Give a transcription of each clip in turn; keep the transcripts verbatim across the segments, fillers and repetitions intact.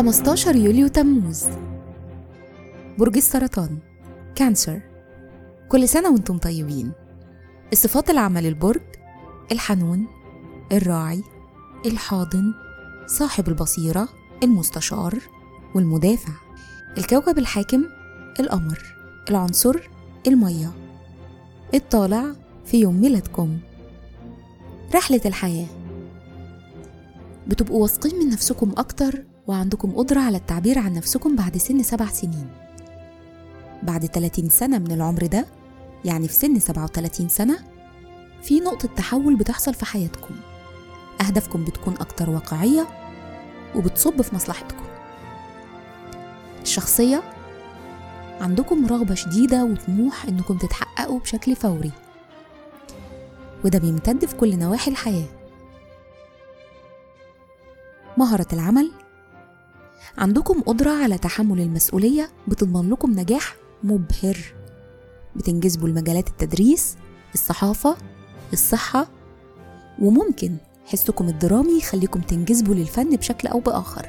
خمستاشر يوليو تموز، برج السرطان، كانسر. كل سنة وانتم طيبين. الصفات العامة للبرج: الحنون، الراعي، الحاضن، صاحب البصيرة، المستشار، والمدافع. الكوكب الحاكم: القمر. العنصر: المية. الطالع في يوم ميلادكم. رحلة الحياة: بتبقوا واثقين من نفسكم أكتر وعندكم قدرة على التعبير عن نفسكم بعد سن سبع سنين. بعد ثلاثين سنة من العمر ده، يعني في سن سبعة وثلاثين سنة، في نقطة تحول بتحصل في حياتكم. أهدافكم بتكون أكتر واقعية وبتصب في مصلحتكم. الشخصية: عندكم رغبة شديدة وطموح إنكم تتحققوا بشكل فوري، وده بيمتد في كل نواحي الحياة. مهارة العمل: عندكم قدرة على تحمل المسؤولية بتضمن لكم نجاح مبهر. بتنجذبوا لمجالات التدريس، الصحافة، الصحة، وممكن حسكم الدرامي يخليكم تنجذبوا للفن بشكل أو بآخر.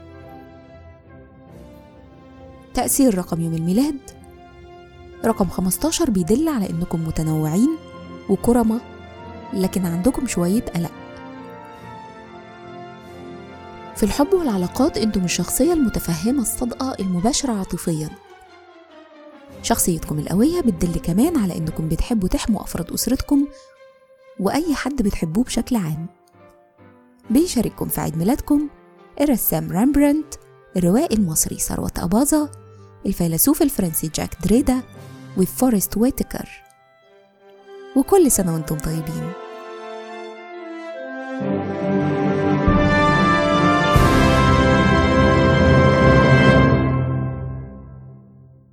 تأثير رقم يوم الميلاد: رقم خمستاشر بيدل على إنكم متنوعين وكرمة، لكن عندكم شوية قلق. في الحب والعلاقات انتم الشخصية المتفهمة الصادقة المباشرة عاطفيا. شخصيتكم القوية بتدل كمان على انكم بتحبوا تحموا أفراد أسرتكم وأي حد بتحبوه بشكل عام. بيشارككم في عيد ميلادكم الرسام رامبرانت، الروائي المصري ثروت أباظة، الفيلسوف الفرنسي جاك دريدا، وفورست ويتكر. وكل سنة وانتم طيبين.